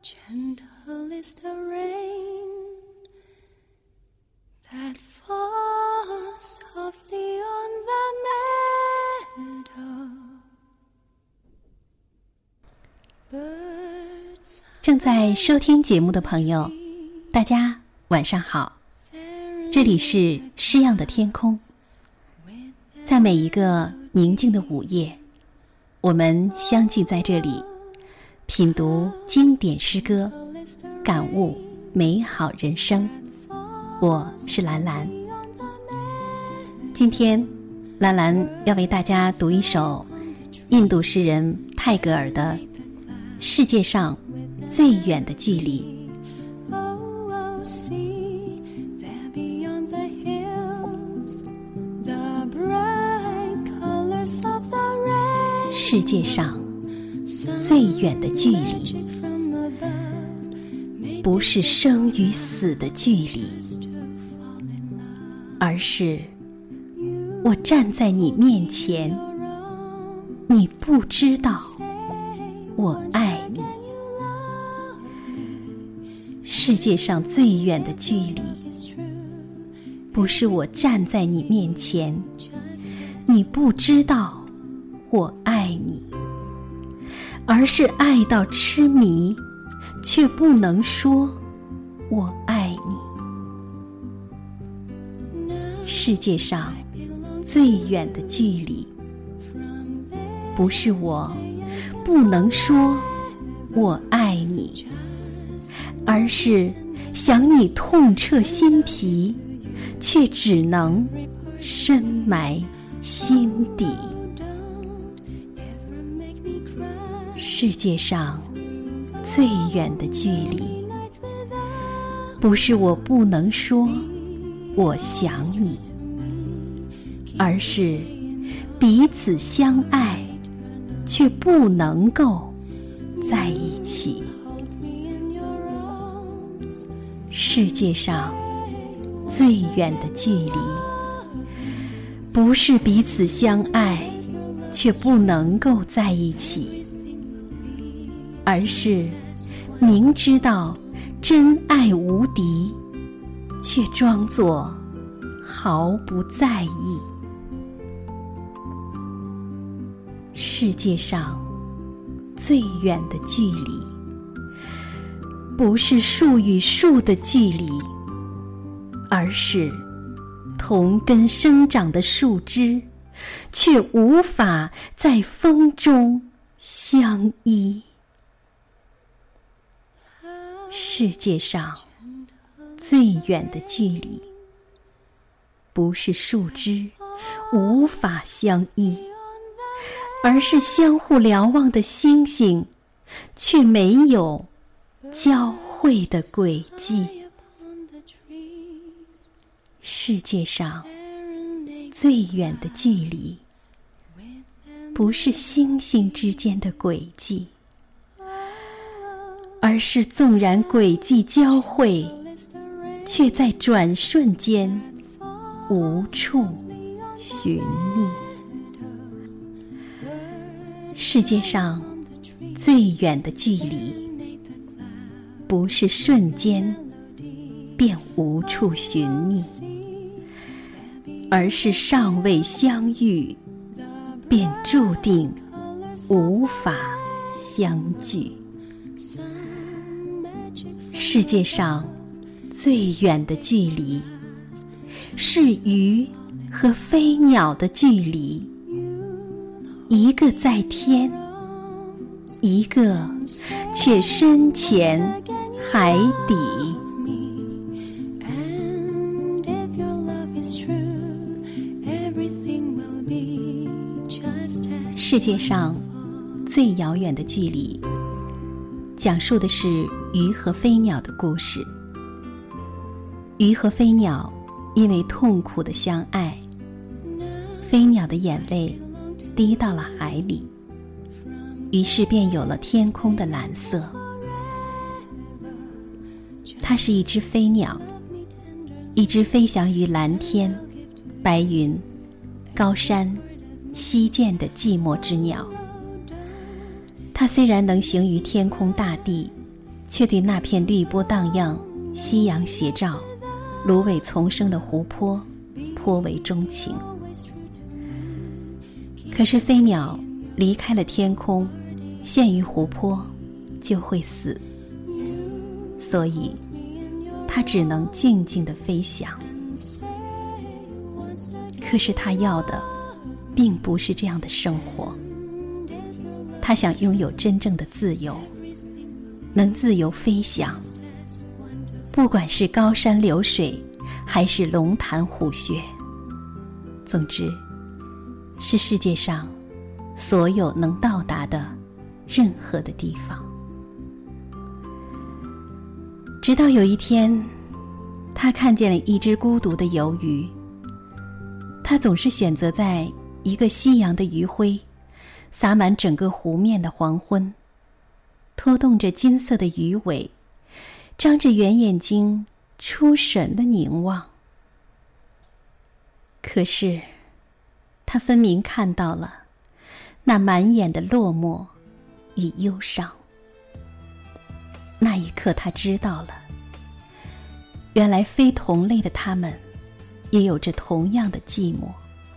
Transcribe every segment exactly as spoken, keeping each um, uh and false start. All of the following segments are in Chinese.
Gentle is the rain that falls softly on the meadow. Birds 正在收听节目的朋友，大家晚上好，这里是诗样的天空。在每一个宁静的午夜，我们相聚在这里，品读经典诗歌，感悟美好人生。我是兰兰。今天兰兰要为大家读一首印度诗人泰戈尔的《世界上最远的距离》。世界上最远的距离，不是生与死的距离，而是我站在你面前，你不知道我爱你。世界上最远的距离，不是我站在你面前，你不知道我爱你，而是爱到痴迷，却不能说我爱你。世界上最远的距离，不是我不能说我爱你，而是想你痛彻心脾，却只能深埋心底。世界上最远的距离，不是我不能说我想你，而是彼此相爱，却不能够在一起。世界上最远的距离，不是彼此相爱，却不能够在一起，而是明知道真爱无敌，却装作毫不在意。世界上最远的距离，不是树与树的距离，而是同根生长的树枝，却无法在风中相依。世界上最远的距离，不是树枝无法相依，而是相互瞭望的星星，却没有交汇的轨迹。世界上最远的距离，不是星星之间的轨迹，而是纵然轨迹交汇，却在转瞬间无处寻觅。世界上最远的距离，不是瞬间便无处寻觅，而是尚未相遇，便注定无法相聚。世界上最远的距离，是鱼和飞鸟的距离，一个在天，一个却深潜海底。世界上最遥远的距离，讲述的是鱼和飞鸟的故事。鱼和飞鸟因为痛苦的相爱，飞鸟的眼泪滴到了海里，于是便有了天空的蓝色。它是一只飞鸟，一只飞翔于蓝天、白云、高山、溪涧的寂寞之鸟。它虽然能行于天空大地， 却对那片绿波荡漾、夕阳斜照、芦苇丛生的湖泊颇为钟情。可是飞鸟离开了天空，陷于湖泊就会死，所以它只能静静地飞翔。可是它要的并不是这样的生活，它想拥有真正的自由，能自由飞翔，不管是高山流水还是龙潭虎穴，总之是世界上所有能到达的任何的地方。直到有一天，他看见了一只孤独的游鱼，他总是选择在一个夕阳的余晖洒满整个湖面的黄昏，拖动着金色的鱼尾，张着圆眼睛出神的凝望。可是他分明看到了那满眼的落寞与忧伤。那一刻他知道了，原来非同类的他们也有着同样的寂寞。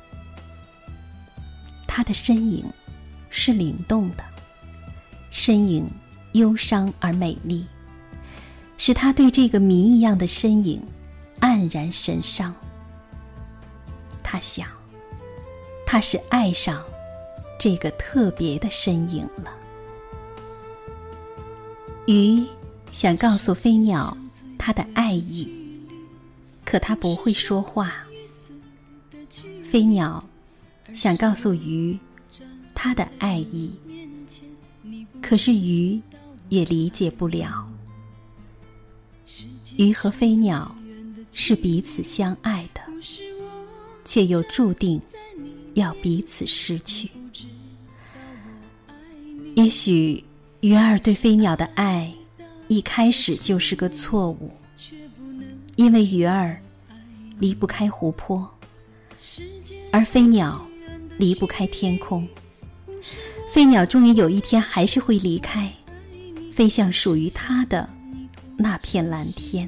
他的身影是灵动的，身影忧伤而美丽，使他对这个谜一样的身影黯然神伤。他想，他是爱上这个特别的身影了。鱼想告诉飞鸟它的爱意，可它不会说话。飞鸟想告诉鱼它的爱意，可是鱼也理解不了。鱼和飞鸟是彼此相爱的，却又注定要彼此失去。也许鱼儿对飞鸟的爱一开始就是个错误，因为鱼儿离不开湖泊，而飞鸟离不开天空。飞鸟终于有一天还是会离开，飞向属于它的那片蓝天。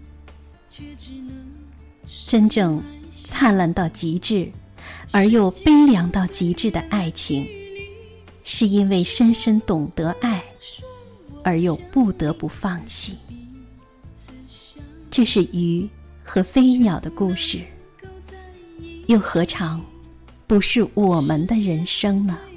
真正灿烂到极致而又悲凉到极致的爱情，是因为深深懂得爱而又不得不放弃。这是鱼和飞鸟的故事，又何尝不是我们的人生呢？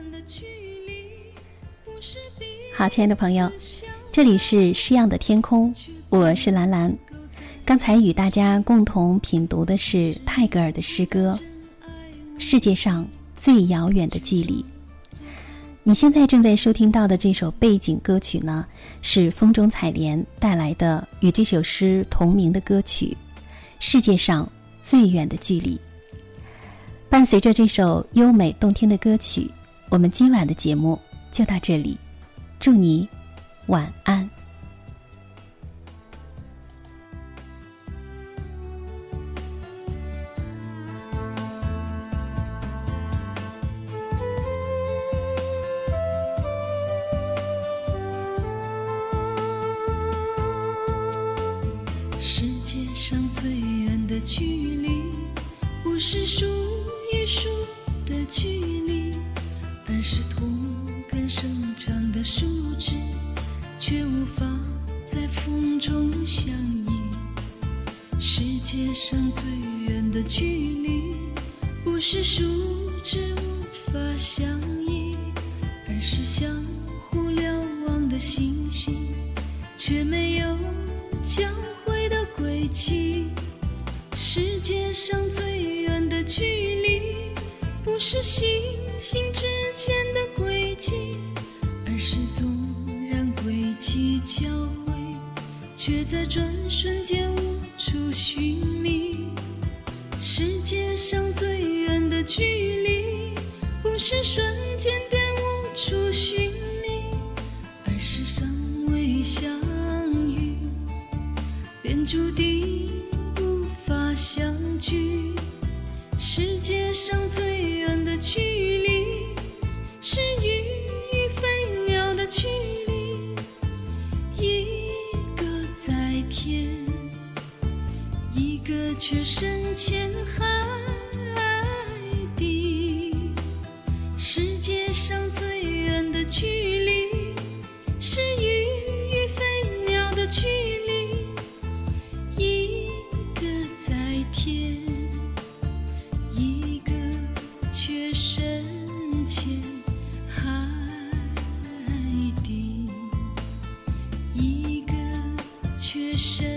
好，亲爱的朋友，这里是诗样的天空，我是兰兰。刚才与大家共同品读的是泰戈尔的诗歌《世界上最遥远的距离》。你现在正在收听到的这首背景歌曲呢，是风中采莲带来的与这首诗同名的歌曲《世界上最远的距离》。伴随着这首优美动听的歌曲，我们今晚的节目就到这里，祝你晚安。 世界上最远的距离，不是树与树的距离，而是同根生长的树枝，却无法在风中相依。世界上最远的距离，不是树枝无法相依，而是相互瞭望的星星，却没有交汇的轨迹。世界上最远的距离，不是星星之间的轨迹，而是纵然轨迹交汇，却在转瞬间无处寻觅。世界上最远的距离，不是瞬间便无处寻觅，而是尚未相遇便注定无法相聚。世界上最远的距离，是鱼与飞鸟的距离。 却深浅海底。世界上最远的距离，是鱼与飞鸟的距离。一个在天，一个却深浅海底，一个却深